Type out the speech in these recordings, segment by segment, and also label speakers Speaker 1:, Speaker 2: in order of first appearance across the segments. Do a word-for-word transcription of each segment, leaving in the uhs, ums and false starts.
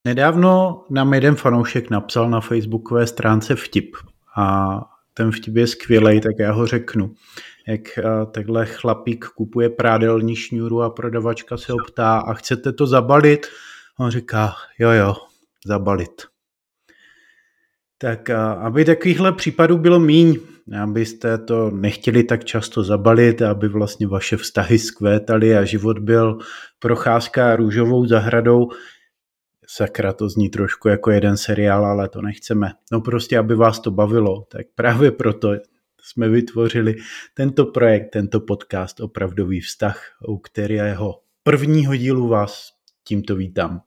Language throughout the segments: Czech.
Speaker 1: Nedávno nám jeden fanoušek napsal na facebookové stránce vtip a ten vtip je skvělej, tak já ho řeknu. Jak takhle chlapík kupuje prádelní šňůru a prodavačka se ho ptá, a chcete to zabalit? On říká, jo jo, zabalit. Tak aby takovýchhle případů bylo míň, abyste to nechtěli tak často zabalit, aby vlastně vaše vztahy zkvétaly a život byl procházka růžovou zahradou. Sakra, to zní trošku jako jeden seriál, ale to nechceme. No prostě, aby vás to bavilo, tak právě proto jsme vytvořili tento projekt, tento podcast Opravdový vztah, u kterého prvního dílu vás tímto vítám.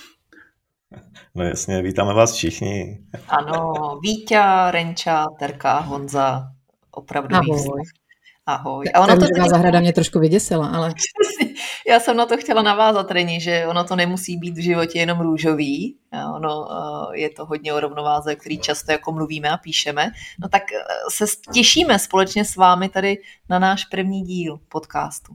Speaker 2: No jasně, vítáme vás všichni.
Speaker 3: Ano, Víťa, Renča, Terka, Honza, Opravdový
Speaker 4: Ahoj.
Speaker 3: vztah. Ahoj.
Speaker 4: A ono to růžová zahrada mě trošku vyděsila, ale...
Speaker 3: Já jsem na to chtěla navázat, Reni, že ono to nemusí být v životě jenom růžový. Ono je to hodně o rovnováze, který často jako mluvíme a píšeme. No tak se těšíme společně s vámi tady na náš první díl podcastu.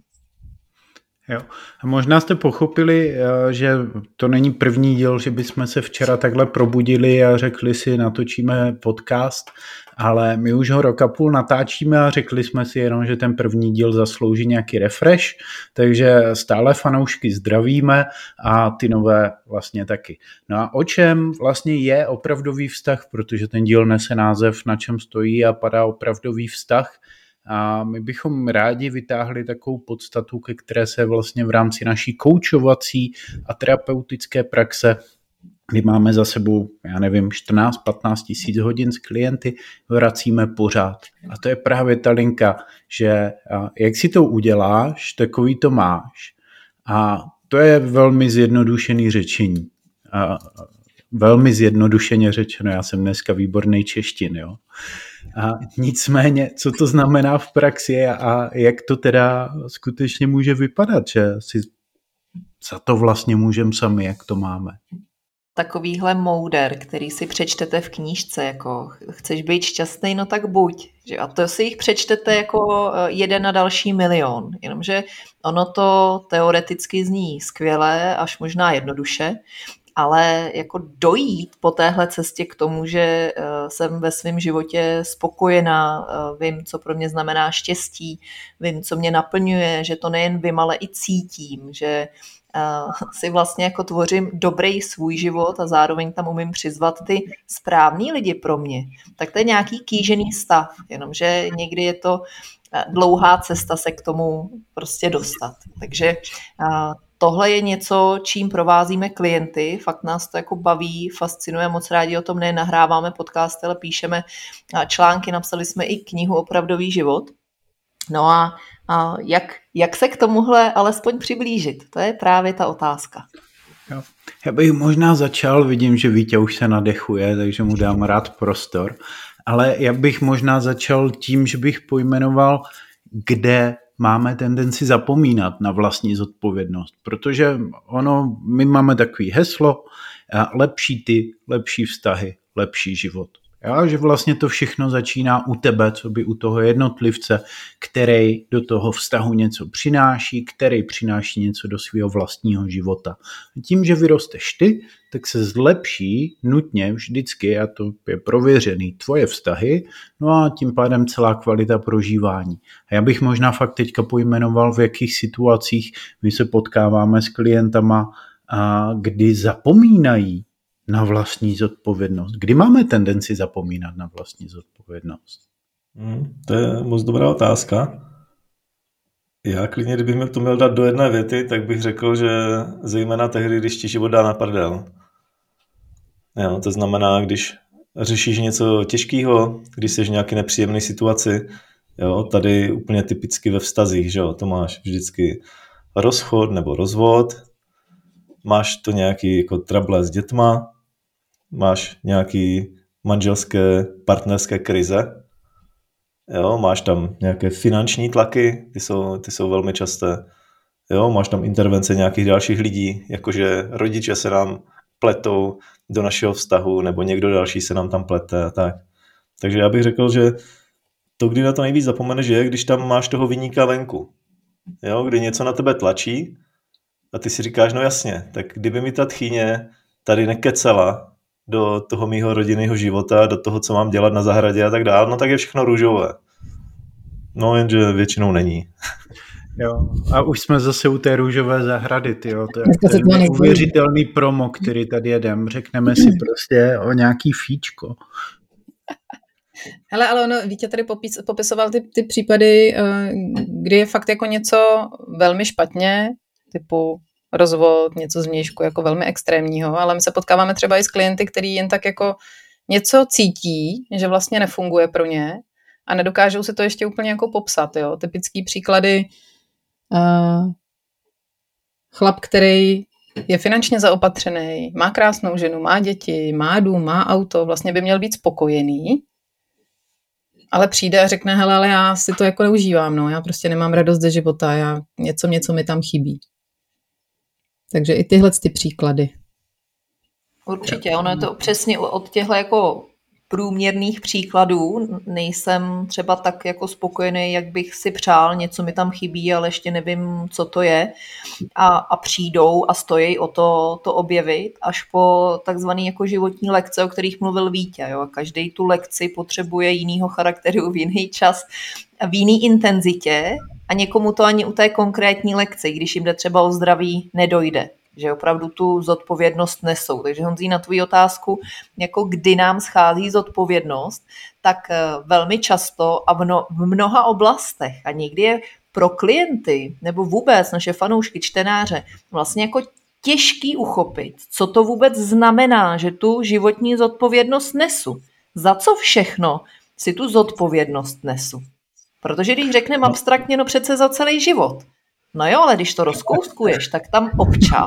Speaker 1: Jo. A možná jste pochopili, že to není první díl, že bychom se včera takhle probudili a řekli si, natočíme podcast, ale my už ho rok a půl natáčíme a řekli jsme si jenom, že ten první díl zaslouží nějaký refresh, takže stále fanoušky zdravíme a ty nové vlastně taky. No a o čem vlastně je opravdový vztah, protože ten díl nese název Na čem stojí a padá opravdový vztah. A my bychom rádi vytáhli takovou podstatu, ke které se vlastně v rámci naší koučovací a terapeutické praxe, kdy máme za sebou, já nevím, čtrnáct patnáct tisíc hodin s klienty, vracíme pořád. A to je právě ta linka, že jak si to uděláš, takový to máš. A to je velmi zjednodušený řečení. A velmi zjednodušeně řečeno, já jsem dneska výborný češtin, jo. A nicméně, co to znamená v praxi a jak to teda skutečně může vypadat, že si za to vlastně můžeme sami, jak to máme.
Speaker 3: Takovýhle mouder, který si přečtete v knížce, jako chceš být šťastný, no tak buď. Že? A to si jich přečtete jako jeden na další milion. Jenomže ono to teoreticky zní skvěle, až možná jednoduše, ale jako dojít po téhle cestě k tomu, že jsem ve svém životě spokojená, vím, co pro mě znamená štěstí, vím, co mě naplňuje, že to nejen vím, ale i cítím, že si vlastně jako tvořím dobrý svůj život a zároveň tam umím přizvat ty správný lidi pro mě, tak to je nějaký kýžený stav, jenomže někdy je to dlouhá cesta se k tomu prostě dostat. Takže tohle je něco, čím provázíme klienty, fakt nás to jako baví, fascinuje, moc rádi o tom nejen nahráváme podcasty, ale píšeme články, napsali jsme i knihu Opravdový život. No a, a jak, jak se k tomuhle alespoň přiblížit? To je právě ta otázka.
Speaker 1: Jo. Já bych možná začal, vidím, že Vítě už se nadechuje, takže mu dám rád prostor, ale já bych možná začal tím, že bych pojmenoval, kde máme tendenci zapomínat na vlastní zodpovědnost, protože ono, my máme takový heslo, lepší ty, lepší vztahy, lepší život. Já, že vlastně to všechno začíná u tebe, co by u toho jednotlivce, který do toho vztahu něco přináší, který přináší něco do svého vlastního života. Tím, že vyrosteš ty, tak se zlepší nutně vždycky, a to je prověřený, tvoje vztahy, no a tím pádem celá kvalita prožívání. A já bych možná fakt teďka pojmenoval, v jakých situacích my se potkáváme s klientama, a kdy zapomínají na vlastní zodpovědnost. Kdy máme tendenci zapomínat na vlastní zodpovědnost?
Speaker 2: Hmm, to je moc dobrá otázka. Já klidně, kdybych mi to měl dát do jedné věty, tak bych řekl, že zejména tehdy, když ti život dá na prdel. Jo, to znamená, když řešíš něco těžkého, když jsi v nějaké nepříjemné situaci, jo, tady úplně typicky ve vztazích, že jo, to máš vždycky rozchod nebo rozvod, máš to nějaký jako trable s dětma, máš nějaký manželské, partnerské krize, jo, máš tam nějaké finanční tlaky, ty jsou, ty jsou velmi časté, jo, máš tam intervence nějakých dalších lidí, jakože rodiče se nám pletou do našeho vztahu, nebo někdo další se nám tam plete a tak. Takže já bych řekl, že to, kdy na to nejvíc zapomeneš, je, když tam máš toho viníka venku, jo, kdy něco na tebe tlačí a ty si říkáš, no jasně, tak kdyby mi ta tchýně tady nekecela do toho mýho rodinného života, do toho, co mám dělat na zahradě a tak dále, no tak je všechno růžové. No jenže většinou není.
Speaker 1: Jo, a už jsme zase u té růžové zahrady, tyjo. To je
Speaker 4: Dneska se to nebojí.
Speaker 1: neuvěřitelný promo, který tady jedem. Řekneme si prostě o nějaký fíčko.
Speaker 4: Hele, ale ono, Vítě tady popis, popisoval ty, ty případy, eh, kdy je fakt jako něco velmi špatně, typu rozvod, něco z vnějšku jako velmi extrémního, ale my se potkáváme třeba i s klienty, který jen tak jako něco cítí, že vlastně nefunguje pro ně a nedokážou si to ještě úplně jako popsat, jo. Typický příklady, uh, chlap, který je finančně zaopatřený, má krásnou ženu, má děti, má dům, má auto, vlastně by měl být spokojený, ale přijde a řekne, hele, ale já si to jako neužívám, no, já prostě nemám radost ze života, já, něco, něco mi tam chybí. Takže i tyhle ty příklady.
Speaker 3: Určitě, ono je to přesně od těchto jako průměrných příkladů. Nejsem třeba tak jako spokojený, jak bych si přál, něco mi tam chybí, ale ještě nevím, co to je. A, a přijdou a stojí o to, to objevit, až po takzvaný jako životní lekce, o kterých mluvil Vítě. Jo? Každý tu lekci potřebuje jinýho charakteru, v jiný čas, v jiný intenzitě a někomu to ani u té konkrétní lekce, když jim jde třeba o zdraví, nedojde. Že opravdu tu zodpovědnost nesou. Takže Honzí, na tvou otázku, jako kdy nám schází zodpovědnost, tak velmi často a v, no, v mnoha oblastech a někdy je pro klienty nebo vůbec naše fanoušky, čtenáře vlastně jako těžký uchopit, co to vůbec znamená, že tu životní zodpovědnost nesu. Za co všechno si tu zodpovědnost nesu? Protože když řekneme abstraktně, no přece za celý život. No jo, ale když to rozkouskuješ, tak tam občas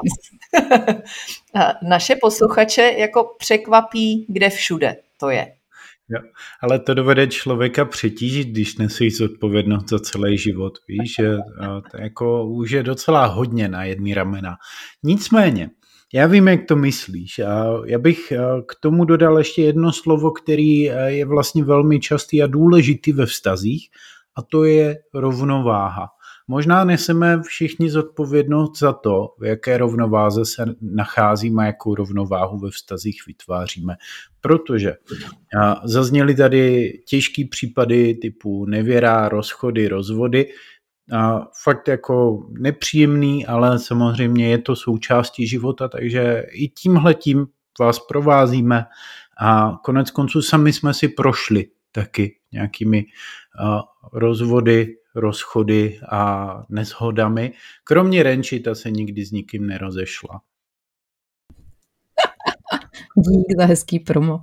Speaker 3: naše posluchače jako překvapí, kde všude to je.
Speaker 1: Jo, ale to dovede člověka přetížit, když neseš zodpovědnost za celý život. Víš, že to jako už je docela hodně na jedný ramena. Nicméně, já vím, jak to myslíš. A já bych k tomu dodal ještě jedno slovo, který je vlastně velmi častý a důležitý ve vztazích, a to je rovnováha. Možná neseme všichni zodpovědnost za to, v jaké rovnováze se nacházíme a jakou rovnováhu ve vztazích vytváříme. Protože zazněly tady těžké případy typu nevěra, rozchody, rozvody. A fakt jako nepříjemný, ale samozřejmě je to součástí života, takže i tímhletím vás provázíme a konec konců sami jsme si prošli taky nějakými uh, rozvody, rozchody a neshodami. Kromě Renči, ta se nikdy s nikým nerozešla.
Speaker 4: Dík za hezký promo.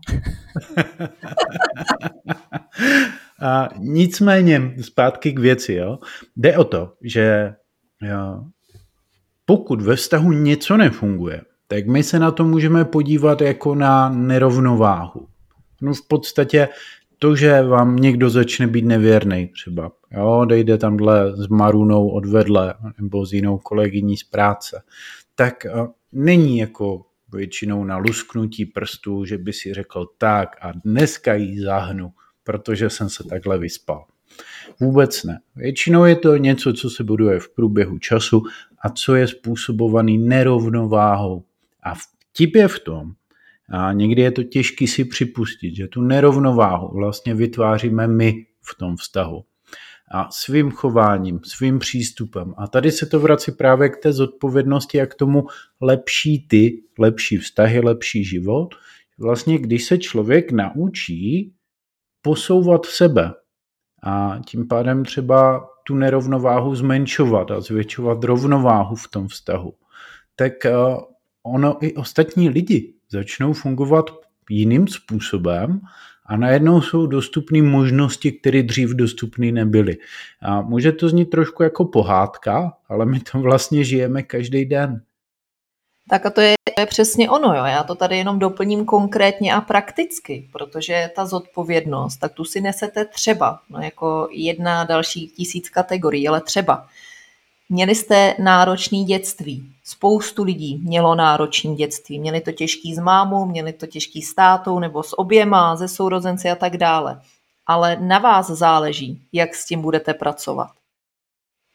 Speaker 1: A nicméně zpátky k věci. Jo. Jde o to, že jo, pokud ve vztahu něco nefunguje, tak my se na to můžeme podívat jako na nerovnováhu. No v podstatě to, že vám někdo začne být nevěrný třeba, jo, dejde tamhle s Marunou odvedle nebo s jinou kolegyní z práce, tak uh, není jako většinou na lusknutí prstů, že by si řekl tak a dneska jí zahnu, protože jsem se takhle vyspal. Vůbec ne. Většinou je to něco, co se buduje v průběhu času a co je způsobovaný nerovnováhou. A vtip je v tom, a někdy je to těžké si připustit, že tu nerovnováhu vlastně vytváříme my v tom vztahu. A svým chováním, svým přístupem. A tady se to vrací právě k té zodpovědnosti a k tomu lepší ty, lepší vztahy, lepší život. Vlastně když se člověk naučí posouvat sebe a tím pádem třeba tu nerovnováhu zmenšovat a zvětšovat rovnováhu v tom vztahu, tak ono i ostatní lidi začnou fungovat jiným způsobem a najednou jsou dostupné možnosti, které dřív dostupné nebyly. A může to znít trošku jako pohádka, ale my to vlastně žijeme každý den.
Speaker 3: Tak a to je, to je přesně ono, jo. Já to tady jenom doplním konkrétně a prakticky, protože ta zodpovědnost, tak tu si nesete třeba, no jako jedna další tisíc kategorií, ale třeba. Měli jste náročné dětství. Spoustu lidí mělo náročné dětství. Měli to těžký s mámou, měli to těžký s tátou nebo s oběma, ze sourozenci a tak dále. Ale na vás záleží, jak s tím budete pracovat.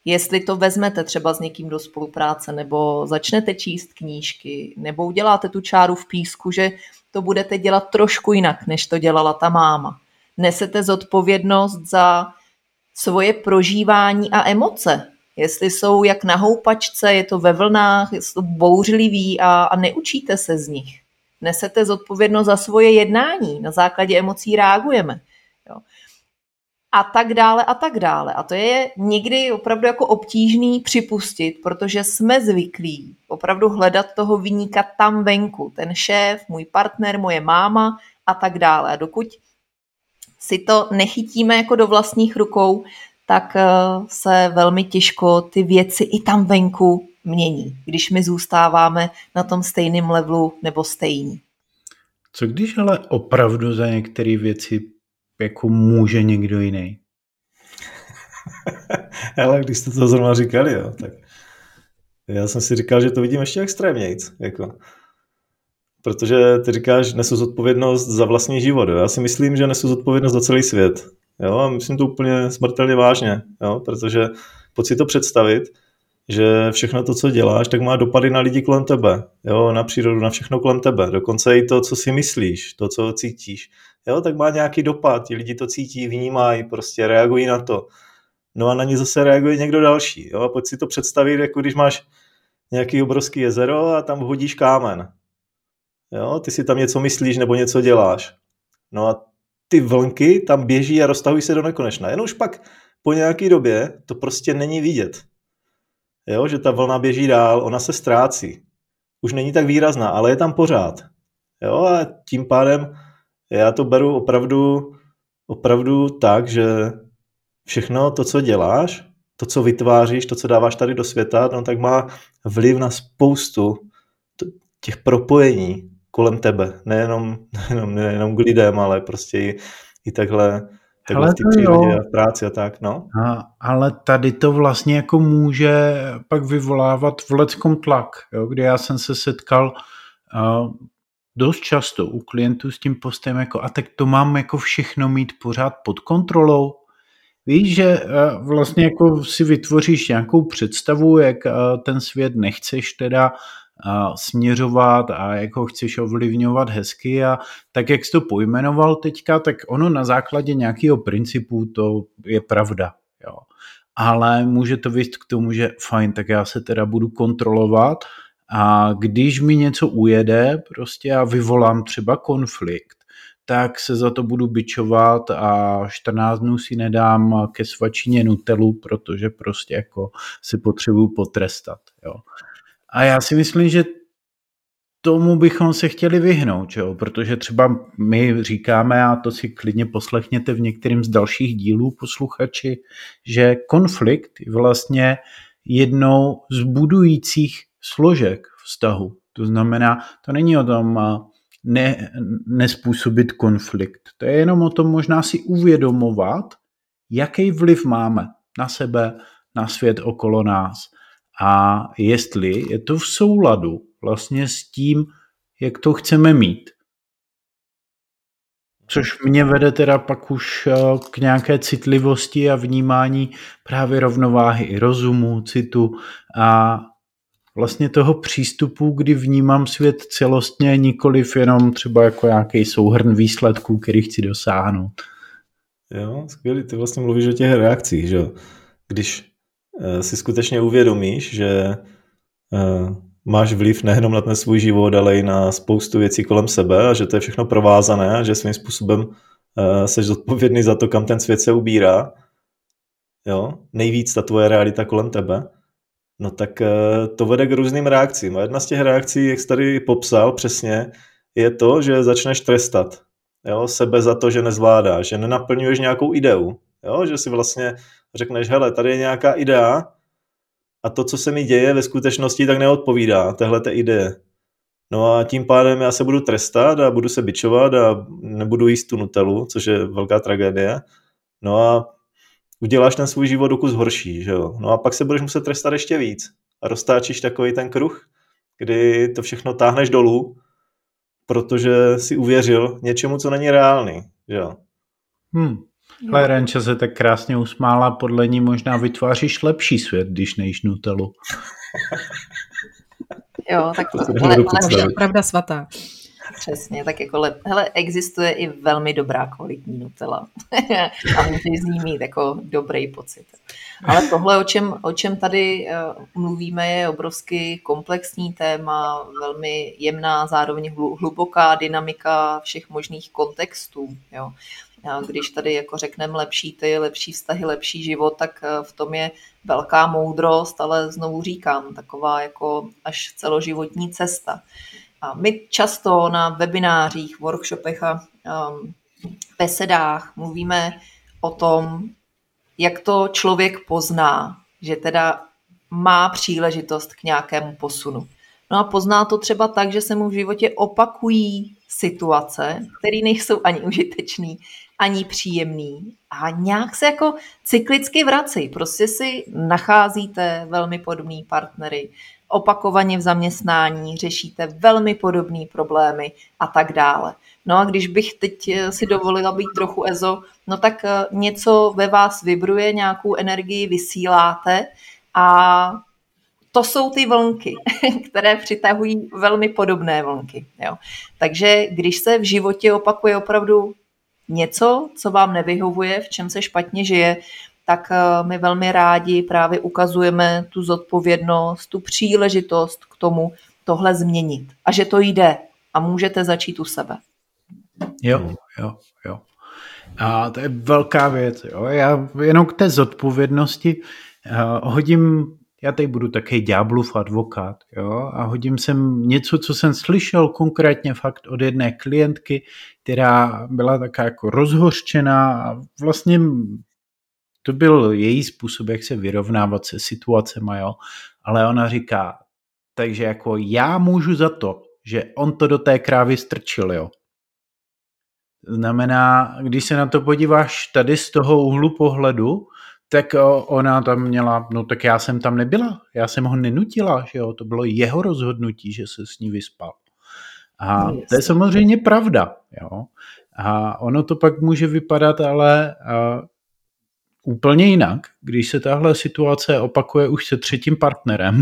Speaker 3: Jestli to vezmete třeba s někým do spolupráce, nebo začnete číst knížky, nebo uděláte tu čáru v písku, že to budete dělat trošku jinak, než to dělala ta máma. Nesete zodpovědnost za svoje prožívání a emoce. Jestli jsou jak na houpačce, je to ve vlnách, je to bouřlivý a, a neučíte se z nich. Nesete zodpovědnost za svoje jednání, na základě emocí reagujeme. Jo. A tak dále a tak dále. A to je někdy opravdu jako obtížný připustit, protože jsme zvyklí opravdu hledat toho viníka tam venku. Ten šéf, můj partner, moje máma a tak dále. A dokud si to nechytíme jako do vlastních rukou, tak se velmi těžko ty věci i tam venku mění, když my zůstáváme na tom stejném levelu nebo stejný.
Speaker 1: Co když ale opravdu za některé věci jako může někdo jiný?
Speaker 2: Ale když jste to zrovna říkali, jo, tak já jsem si říkal, že to vidím ještě extrémnějc, jako. Protože ty říkáš, nesu zodpovědnost za vlastní život, jo. Já si myslím, že nesu zodpovědnost za celý svět, jo, a myslím to úplně smrtelně vážně, jo, protože pojď si to představit, že všechno to, co děláš, tak má dopady na lidi kolem tebe, jo, na přírodu, na všechno kolem tebe, dokonce i to, co si myslíš, to, co cítíš, jo, tak má nějaký dopad, ti lidi to cítí, vnímají, prostě reagují na to. No a na ně zase reaguje někdo další, jo, a pojď si to představit, jako když máš nějaký obrovský jezero a tam hodíš kámen, jo, ty si tam něco myslíš nebo něco děláš, no a ty vlnky tam běží a roztahují se do nekonečna, jenom už pak po nějaký době to prostě není vidět. Jo, že ta vlna běží dál, ona se ztrácí. Už není tak výrazná, ale je tam pořád. Jo, a tím pádem já to beru opravdu, opravdu tak, že všechno to, co děláš, to, co vytváříš, to, co dáváš tady do světa, no, tak má vliv na spoustu těch propojení kolem tebe. Nejenom, nejenom, nejenom k lidem, ale prostě i, i takhle takhle v té přírodě a v práci a tak, no.
Speaker 1: A, ale tady to vlastně jako může pak vyvolávat v leckom tlak, jo, kde já jsem se setkal uh, dost často u klientů s tím postem jako a tak to mám jako všechno mít pořád pod kontrolou. Víš, že uh, vlastně jako si vytvoříš nějakou představu, jak uh, ten svět nechceš teda a směřovat a jak ho chceš ovlivňovat hezky a tak, jak jsi to pojmenoval teďka, tak ono na základě nějakého principu to je pravda, jo. Ale může to vést k tomu, že fajn, tak já se teda budu kontrolovat a když mi něco ujede prostě a vyvolám třeba konflikt, tak se za to budu bičovat a čtrnáct dnů si nedám ke svačině Nutellu, protože prostě jako si potřebuju potrestat, jo. A já si myslím, že tomu bychom se chtěli vyhnout, jo? Protože třeba my říkáme, a to si klidně poslechněte v některým z dalších dílů posluchači, že konflikt je vlastně jednou z budujících složek vztahu. To znamená, to není o tom ne, nespůsobit konflikt. To je jenom o tom možná si uvědomovat, jaký vliv máme na sebe, na svět okolo nás. A jestli je to v souladu vlastně s tím, jak to chceme mít. Což mě vede teda pak už k nějaké citlivosti a vnímání právě rovnováhy i rozumu, citu a vlastně toho přístupu, kdy vnímám svět celostně, nikoliv jenom třeba jako nějaký souhrn výsledků, který chci dosáhnout.
Speaker 2: Jo, skvělý, ty vlastně mluvíš o těch reakcích, že jo. Když si skutečně uvědomíš, že máš vliv nejenom na ten svůj život, ale i na spoustu věcí kolem sebe a že to je všechno provázané a že svým způsobem seš zodpovědný za to, kam ten svět se ubírá, jo, nejvíc ta tvoje realita kolem tebe, no tak to vede k různým reakcím. A jedna z těch reakcí, jak jsi tady popsal přesně, je to, že začneš trestat, jo, sebe za to, že nezvládáš, že nenaplňuješ nějakou ideu, jo, že si vlastně řekneš, hele, tady je nějaká idea a to, co se mi děje ve skutečnosti, tak neodpovídá téhleté ideje. No a tím pádem já se budu trestat a budu se bičovat a nebudu jíst tu Nutellu, což je velká tragédie. No a uděláš ten svůj život dokud horší, že jo. No a pak se budeš muset trestat ještě víc. A roztáčíš takový ten kruh, kdy to všechno táhneš dolů, protože si uvěřil něčemu, co není reálný, že jo.
Speaker 1: Hmm. Ale Renča se tak krásně usmála, podle ní možná vytváříš lepší svět, když nejíš Nutellu.
Speaker 3: Jo, tak to,
Speaker 2: To si
Speaker 3: ale,
Speaker 2: nebudu
Speaker 3: ale
Speaker 2: představit.
Speaker 4: Pravda svatá.
Speaker 3: přesně, tak jako lep, hele, existuje i velmi dobrá kvalitní Nutella a můžeš z ní mít jako dobrý pocit. Ale tohle, o čem, o čem tady uh, mluvíme, je obrovsky komplexní téma, velmi jemná, zároveň hluboká dynamika všech možných kontextů. Jo. A když tady jako řekneme lepší ty, lepší vztahy, lepší život, tak uh, v tom je velká moudrost, ale znovu říkám, taková jako až celoživotní cesta. A my často na webinářích, workshopech a um, besedách mluvíme o tom, jak to člověk pozná, že teda má příležitost k nějakému posunu. No a pozná to třeba tak, že se mu v životě opakují situace, které nejsou ani užitečný, ani příjemný a nějak se jako cyklicky vrací. Prostě si nacházíte velmi podobný partnery, opakovaně v zaměstnání, řešíte velmi podobné problémy a tak dále. No a když bych teď si dovolila být trochu ezo, no tak něco ve vás vibruje, nějakou energii vysíláte a to jsou ty vlnky, které přitahují velmi podobné vlnky. Jo. Takže když se v životě opakuje opravdu něco, co vám nevyhovuje, v čem se špatně žije, tak my velmi rádi právě ukazujeme tu zodpovědnost, tu příležitost k tomu tohle změnit. A že to jde a můžete začít u sebe.
Speaker 1: Jo, jo, jo. A to je velká věc. Jo. Já jenom k té zodpovědnosti uh, hodím, já tady budu taky ďáblův advokát, jo, a hodím sem něco, co jsem slyšel konkrétně fakt od jedné klientky, která byla taká jako rozhořčená a vlastně to byl její způsob, jak se vyrovnávat se situacema, jo, ale ona říká, takže jako já můžu za to, že on to do té krávy strčil, jo. Znamená, když se na to podíváš tady z toho úhlu pohledu, tak ona tam měla, no tak já jsem tam nebyla, já jsem ho nenutila, že jo, to bylo jeho rozhodnutí, že se s ní vyspal. A no, to je samozřejmě pravda, jo. A ono to pak může vypadat ale a, úplně jinak, když se tahle situace opakuje už se třetím partnerem.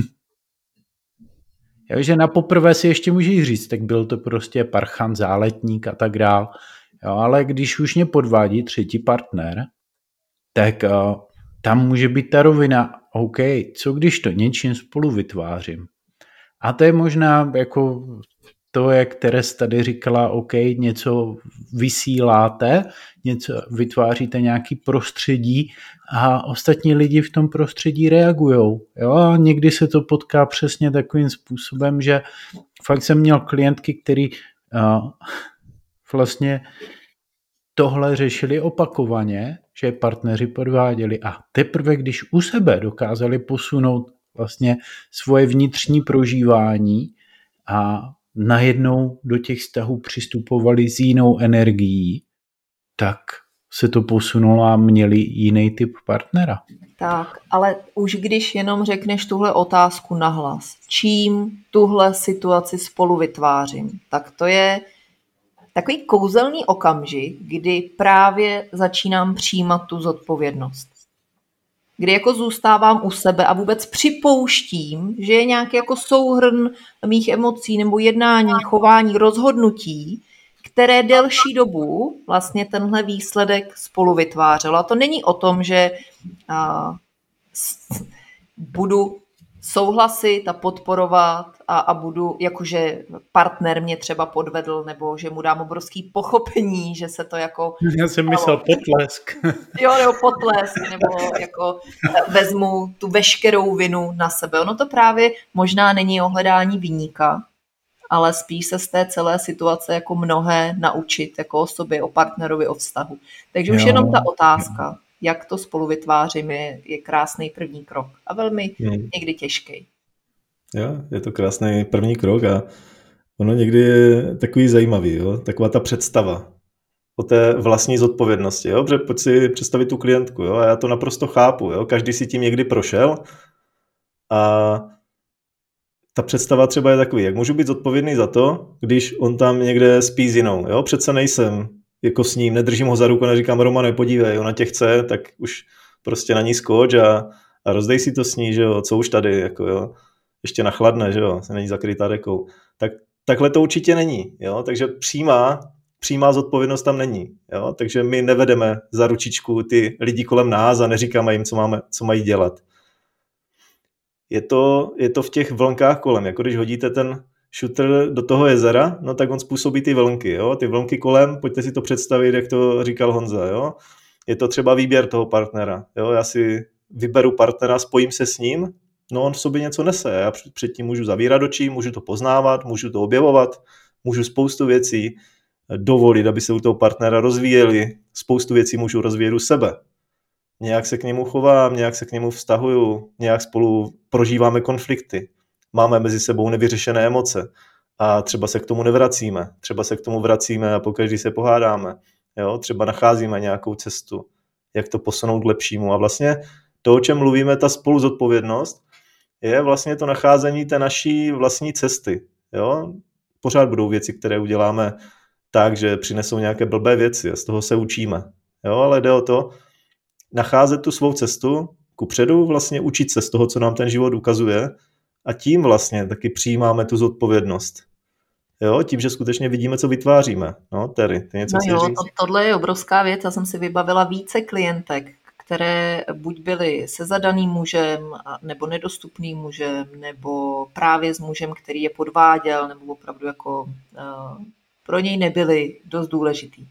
Speaker 1: Jo, že na poprvé si ještě můžeš říct, tak byl to prostě parchant, záletník a tak dál. Jo, ale když už mě podvádí třetí partner, tak uh, tam může být ta rovina, OK, co když to něčím spolu vytvářím. A to je možná jako to, jak Teres tady říkala, OK, něco vysíláte, něco vytváříte nějaký prostředí a ostatní lidi v tom prostředí reagujou. Jo? A někdy se to potká přesně takovým způsobem, že fakt jsem měl klientky, který uh, vlastně tohle řešili opakovaně, že partneři podváděli a teprve, když u sebe dokázali posunout vlastně svoje vnitřní prožívání a najednou do těch vztahů přistupovali s jinou energií, tak se to posunulo a měli jiný typ partnera.
Speaker 3: Tak, ale už když jenom řekneš tuhle otázku nahlas, čím tuhle situaci spolu vytvářím, tak to je takový kouzelný okamžik, kdy právě začínám přijímat tu zodpovědnost. Kdy jako zůstávám u sebe a vůbec připouštím, že je nějaký jako souhrn mých emocí nebo jednání, chování, rozhodnutí, které delší dobu vlastně tenhle výsledek spolu vytvářelo. A to není o tom, že a, s, budu souhlasit a podporovat a, a budu, jakože partner mě třeba podvedl, nebo že mu dám obrovský pochopení, že se to jako...
Speaker 1: Já jsem myslel potlesk.
Speaker 3: Jo, nebo potlesk, nebo jako vezmu tu veškerou vinu na sebe. Ono to právě možná není o hledání viníka, ale spíš se z té celé situace jako mnohé naučit, jako o sobě, o partnerovi, o vztahu. Takže už jo, jenom ta otázka, jo. jak to spolu vytvářím, je, je krásný první krok a velmi hmm. někdy těžký.
Speaker 2: Jo, je to krásný první krok a ono někdy je takový zajímavý, jo? Taková ta představa o té vlastní zodpovědnosti, jo? Protože pojď si představit tu klientku, jo? A já to naprosto chápu, jo? Každý si tím někdy prošel a ta představa třeba je takový, jak můžu být zodpovědný za to, když on tam někde spí s jinou, jo? Přece nejsem jako s ním, nedržím ho za ruku, neříkám Romane, podívej, ona tě chce, tak už prostě na ní skoč a, a rozdej si to s ní, že jo, co už tady, jako jo, ještě nachladne, že jo, se není zakrytá dekou. Tak takhle to určitě není, jo, takže přímá, přímá zodpovědnost tam není, jo, takže my nevedeme za ručičku ty lidi kolem nás a neříkáme jim, co, máme, co mají dělat. Je to, je to v těch vlnkách kolem, jako když hodíte ten šutr do toho jezera, no tak on způsobí ty vlnky, jo, ty vlnky kolem, pojďte si to představit, jak to říkal Honza, jo, je to třeba výběr toho partnera, jo, já si vyberu partnera, spojím se s ním, no on v sobě něco nese, já předtím můžu zavírat oči, můžu to poznávat, můžu to objevovat, můžu spoustu věcí dovolit, aby se u toho partnera rozvíjeli, spoustu věcí můžu rozvíjet u sebe. Nějak se k němu chovám, nějak se k němu vztahuju, nějak spolu prožíváme konflikty, máme mezi sebou nevyřešené emoce a třeba se k tomu nevracíme, třeba se k tomu vracíme a pokaždý se pohádáme, jo? Třeba nacházíme nějakou cestu, jak to posunout k lepšímu a vlastně to, o čem mluvíme, ta spoluzodpovědnost, je vlastně to nacházení té naší vlastní cesty. Jo? Pořád budou věci, které uděláme tak, že přinesou nějaké blbé věci a z toho se učíme. Jo? Ale jde o to, nacházet tu svou cestu kupředu, vlastně učit se z toho, co nám ten život ukazuje a tím vlastně taky přijímáme tu zodpovědnost. Jo? Tím, že skutečně vidíme, co vytváříme. No, Terry, ty něco
Speaker 3: no
Speaker 2: chceš
Speaker 3: jo,
Speaker 2: říct?
Speaker 3: To, tohle je obrovská věc. Já jsem si vybavila více klientek, které buď byly se zadaným mužem, nebo nedostupným mužem, nebo právě s mužem, který je podváděl, nebo opravdu jako uh, pro něj nebyly dost důležitý.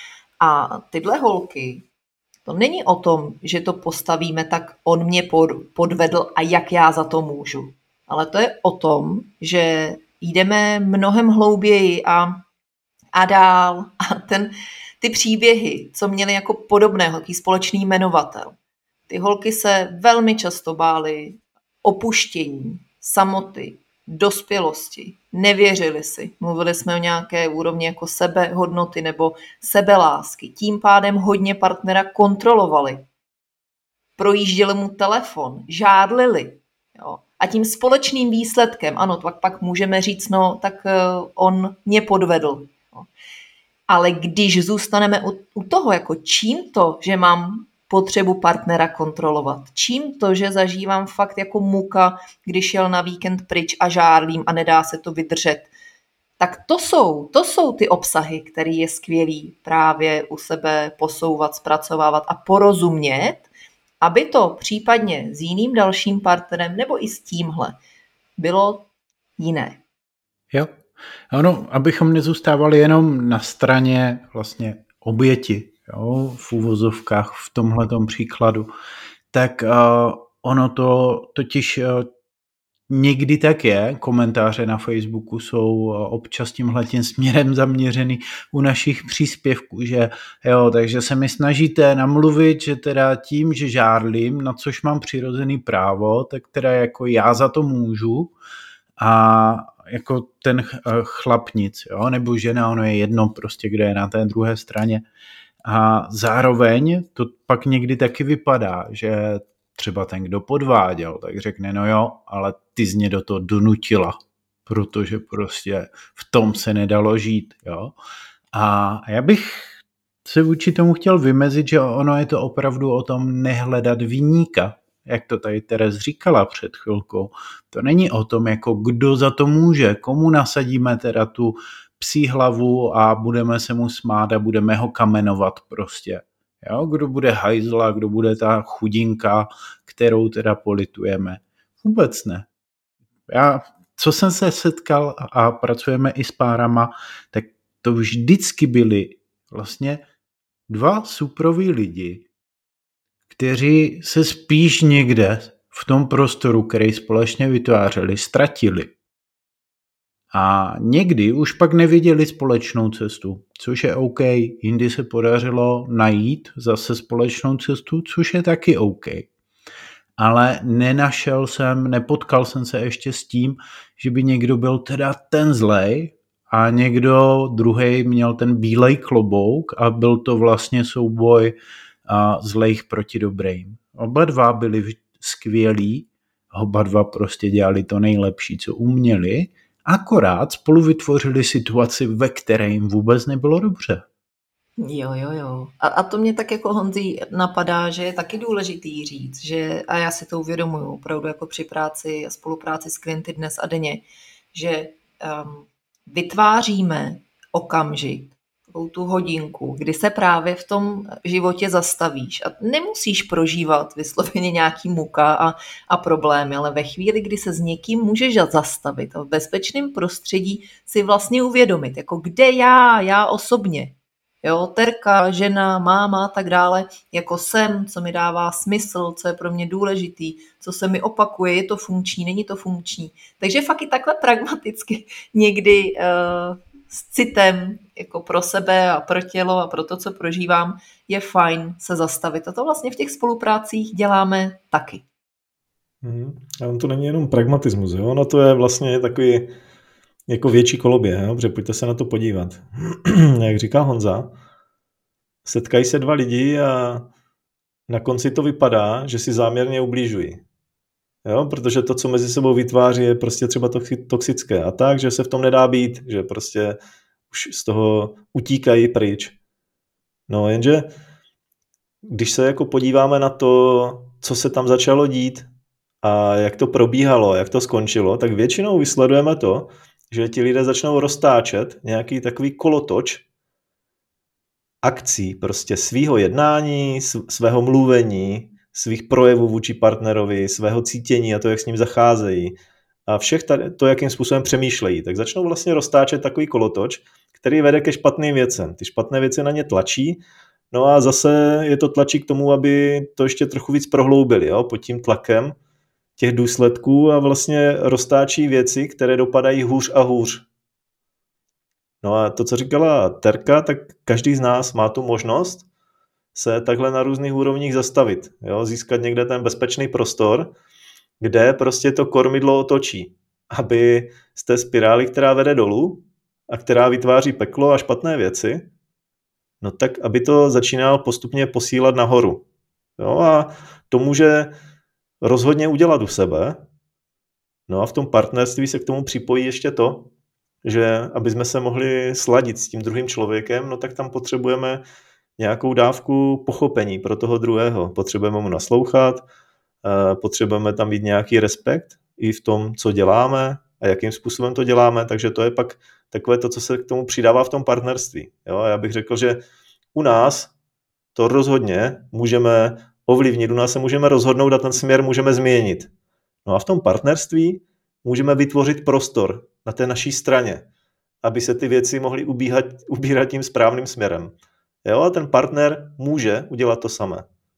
Speaker 3: A tyhle holky, to není o tom, že to postavíme tak, on mě pod, podvedl a jak já za to můžu. Ale to je o tom, že jdeme mnohem hlouběji a, a dál. A ten, ty příběhy, co měly jako podobného, taký společný jmenovatel. Ty holky se velmi často bály opuštění, samoty, dospělosti, nevěřili si. Mluvili jsme o nějaké úrovni jako sebehodnoty nebo sebelásky. Tím pádem hodně partnera kontrolovali. Projížděli mu telefon, žádlili. Jo. A tím společným výsledkem, ano, pak, pak můžeme říct, no, tak uh, on mě podvedl. Jo. Ale když zůstaneme u, u toho, jako čím to, že mám potřebu partnera kontrolovat, čím to, že zažívám fakt jako muka, když jel na víkend pryč a žárlím a nedá se to vydržet, tak to jsou, to jsou ty obsahy, které je skvělý právě u sebe posouvat, zpracovávat a porozumět, aby to případně s jiným dalším partnerem nebo i s tímhle bylo jiné.
Speaker 1: Jo, ano, abychom nezůstávali jenom na straně vlastně oběti, jo, v úvozovkách v tomhletom příkladu, tak uh, ono to totiž uh, někdy tak je, komentáře na Facebooku jsou uh, občas tímhletím směrem zaměřený u našich příspěvků, že jo, takže se mi snažíte namluvit, že teda tím, že žárlím, na což mám přirozený právo, tak teda jako já za to můžu a jako ten chlap nic, jo, nebo žena, ono je jedno prostě, kde je na té druhé straně. A zároveň to pak někdy taky vypadá, že třeba ten, kdo podváděl, tak řekne, no jo, ale ty z mě do toho donutila, protože prostě v tom se nedalo žít, jo. A já bych se vůči tomu chtěl vymezit, že ono je to opravdu o tom nehledat viníka, jak to tady Teres říkala před chvilkou. To není o tom, jako kdo za to může, komu nasadíme teda tu psí hlavu a budeme se mu smát a budeme ho kamenovat prostě. Jo? Kdo bude hajzla, kdo bude ta chudinka, kterou teda politujeme. Vůbec ne. Já, co jsem se setkal a pracujeme i s párama, tak to vždycky byli vlastně dva suproví lidi, kteří se spíš někde v tom prostoru, který společně vytvářeli, ztratili. A někdy už pak neviděli společnou cestu, což je OK. Jindy se podařilo najít zase společnou cestu, což je taky OK. Ale nenašel jsem, nepotkal jsem se ještě s tím, že by někdo byl teda ten zlej a někdo druhej měl ten bílej klobouk a byl to vlastně souboj a zlejch proti dobrým. Oba dva byli skvělí, oba dva prostě dělali to nejlepší, co uměli, akorát spolu vytvořili situaci, ve které jim vůbec nebylo dobře.
Speaker 3: Jo, jo, jo. A, a to mě tak jako Honzí napadá, že je taky důležitý říct, že, a já si to uvědomuju opravdu jako při práci a spolupráci s klienty dnes a denně, že um, vytváříme okamžik, takovou tu hodinku, kdy se právě v tom životě zastavíš a nemusíš prožívat vysloveně nějaký muka a, a problémy, ale ve chvíli, kdy se s někým můžeš zastavit a v bezpečném prostředí si vlastně uvědomit, jako kde já, já osobně, jo, Terka, žena, máma a tak dále, jako jsem, co mi dává smysl, co je pro mě důležitý, co se mi opakuje, je to funkční, není to funkční. Takže fakt i takhle pragmaticky někdy uh, s citem jako pro sebe a pro tělo a pro to, co prožívám, je fajn se zastavit. A to vlastně v těch spoluprácích děláme taky.
Speaker 2: Hmm. A on to není jenom pragmatismus, jo? Ono to je vlastně takový jako větší koloběh, jo? Protože pojďte se na to podívat. Jak říká Honza, setkají se dva lidi a na konci to vypadá, že si záměrně ubližují. Jo? Protože to, co mezi sebou vytváří, je prostě třeba toxické. A tak, že se v tom nedá být, že prostě už z toho utíkají pryč. No jenže, když se jako podíváme na to, co se tam začalo dít a jak to probíhalo, jak to skončilo, tak většinou vysledujeme to, že ti lidé začnou roztáčet nějaký takový kolotoč akcí, prostě svýho jednání, svého mluvení, svých projevů vůči partnerovi, svého cítění a to, jak s ním zacházejí a všech tady, to, jakým způsobem přemýšlejí, tak začnou vlastně roztáčet takový kolotoč, který vede ke špatným věcem. Ty špatné věci na ně tlačí, no a zase je to tlačí k tomu, aby to ještě trochu víc prohloubili, jo, pod tím tlakem těch důsledků a vlastně roztáčí věci, které dopadají hůř a hůř. No a to, co říkala Terka, tak každý z nás má tu možnost se takhle na různých úrovních zastavit, jo? Získat někde ten bezpečný prostor, kde prostě to kormidlo otočí, aby z té spirály, která vede dolů a která vytváří peklo a špatné věci, no tak aby to začínal postupně posílat nahoru. Jo? A to může rozhodně udělat u sebe. No a v tom partnerství se k tomu připojí ještě to, že aby jsme se mohli sladit s tím druhým člověkem, no tak tam potřebujeme nějakou dávku pochopení pro toho druhého. Potřebujeme mu naslouchat, potřebujeme tam mít nějaký respekt i v tom, co děláme a jakým způsobem to děláme, takže to je pak takové to, co se k tomu přidává v tom partnerství. Jo? A já bych řekl, že u nás to rozhodně můžeme ovlivnit, u nás se můžeme rozhodnout a ten směr můžeme změnit. No a v tom partnerství můžeme vytvořit prostor na té naší straně, aby se ty věci mohly ubíhat, ubírat tím správným směrem. Jo, a ten partner může udělat to samé.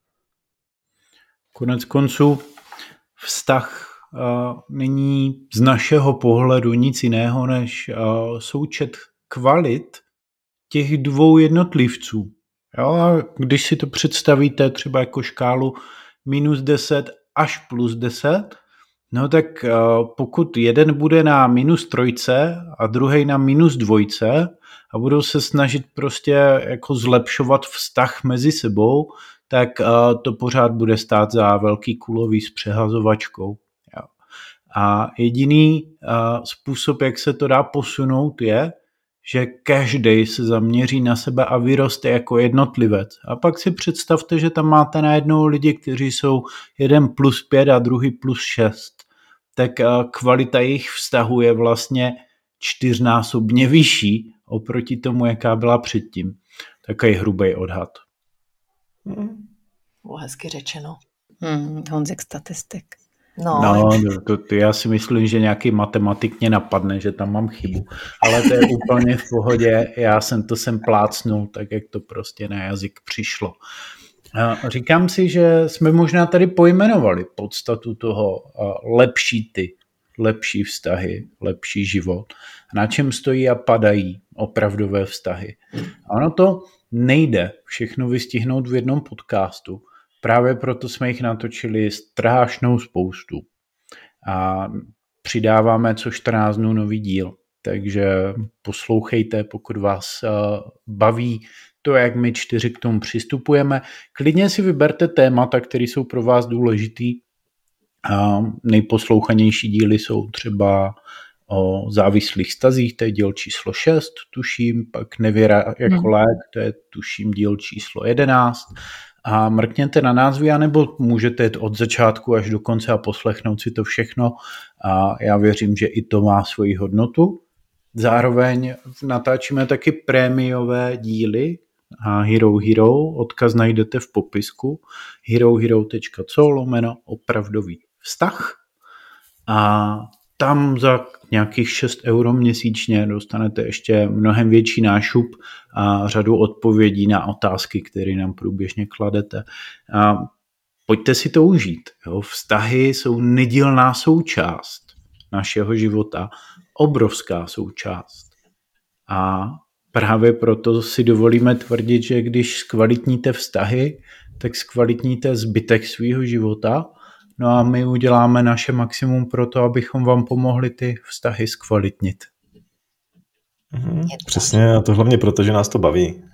Speaker 1: Konec konců vztah uh, není z našeho pohledu nic jiného než uh, součet kvalit těch dvou jednotlivců. Jo, a když si to představíte třeba jako škálu minus deset až plus deset, no tak uh, pokud jeden bude na minus trojce a druhý na minus dvojce a budou se snažit prostě jako zlepšovat vztah mezi sebou, tak uh, to pořád bude stát za velký kulový s přehazovačkou. Jo. A jediný uh, způsob, jak se to dá posunout, je, že každý se zaměří na sebe a vyroste jako jednotlivec. A pak si představte, že tam máte najednou lidi, kteří jsou jeden plus pět a druhý plus šest. Tak kvalita jejich vztahu je vlastně čtyřnásobně vyšší oproti tomu, jaká byla předtím. Takový hrubý odhad.
Speaker 3: Hmm. Hezky řečeno.
Speaker 4: Hmm, Honzik statistik.
Speaker 1: No, no to, to já si myslím, že nějaký matematik mě napadne, že tam mám chybu. Ale to je úplně v pohodě. Já jsem to sem plácnul, tak jak to prostě na jazyk přišlo. Říkám si, že jsme možná tady pojmenovali podstatu toho lepší ty, lepší vztahy, lepší život. Na čem stojí a padají opravdové vztahy. A ono to nejde všechno vystihnout v jednom podcastu. Právě proto jsme jich natočili strašnou spoustu. A přidáváme co čtrnáct dnů nový díl. Takže poslouchejte, pokud vás baví to, jak my čtyři k tomu přistupujeme. Klidně si vyberte témata, které jsou pro vás důležitý. A nejposlouchanější díly jsou třeba o závislých vztazích, to je díl číslo šest, tuším, pak Nevěra jako hmm. lék, to je tuším díl číslo jedenáct. A mrkněte na názvy, anebo můžete jít od začátku až do konce a poslechnout si to všechno. A já věřím, že i to má svoji hodnotu. Zároveň natáčíme taky prémiové díly a Hero Hero, odkaz najdete v popisku herohero tečka co lomeno opravdový vztah. A tam za nějakých šest euro měsíčně dostanete ještě mnohem větší nášup a řadu odpovědí na otázky, které nám průběžně kladete. A pojďte si to užít. Jo? Vztahy jsou nedílná součást našeho života, obrovská součást. A právě proto si dovolíme tvrdit, že když zkvalitníte vztahy, tak zkvalitníte zbytek svýho života. No a my uděláme naše maximum pro to, abychom vám pomohli ty vztahy zkvalitnit.
Speaker 2: Mhm, přesně, a to hlavně proto, že nás to baví.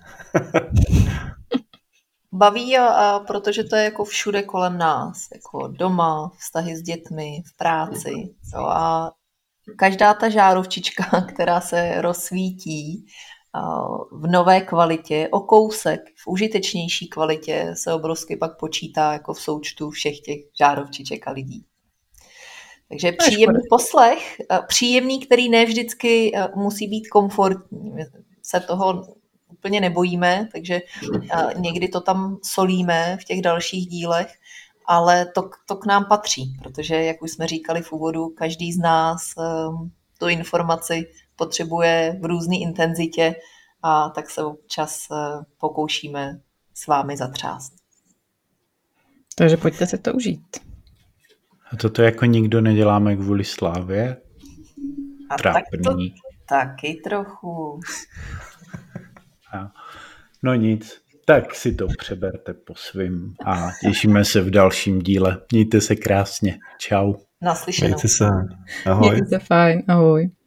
Speaker 3: Baví a, a protože to je jako všude kolem nás, jako doma, vztahy s dětmi, v práci. Jo, a každá ta žárovčička, která se rozsvítí v nové kvalitě, o kousek, v užitečnější kvalitě se obrovsky pak počítá jako v součtu všech těch žárovčiček a lidí. Takže příjemný poslech, příjemný, který ne vždycky musí být komfortní. My se toho úplně nebojíme, takže někdy to tam solíme v těch dalších dílech, ale to, to k nám patří, protože, jak už jsme říkali v úvodu, každý z nás tu informaci potřebuje v různé intenzitě a tak se občas pokoušíme s vámi zatřást.
Speaker 4: Takže pojďte si to užít.
Speaker 1: A toto jako nikdo neděláme kvůli slávě?
Speaker 3: A tak to taky trochu.
Speaker 1: No nic, tak si to přeberte po svým a těšíme se v dalším díle. Mějte se krásně. Čau.
Speaker 3: Naslyšenou.
Speaker 2: Mějte se. Ahoj.
Speaker 4: Mějte se fajn. Ahoj.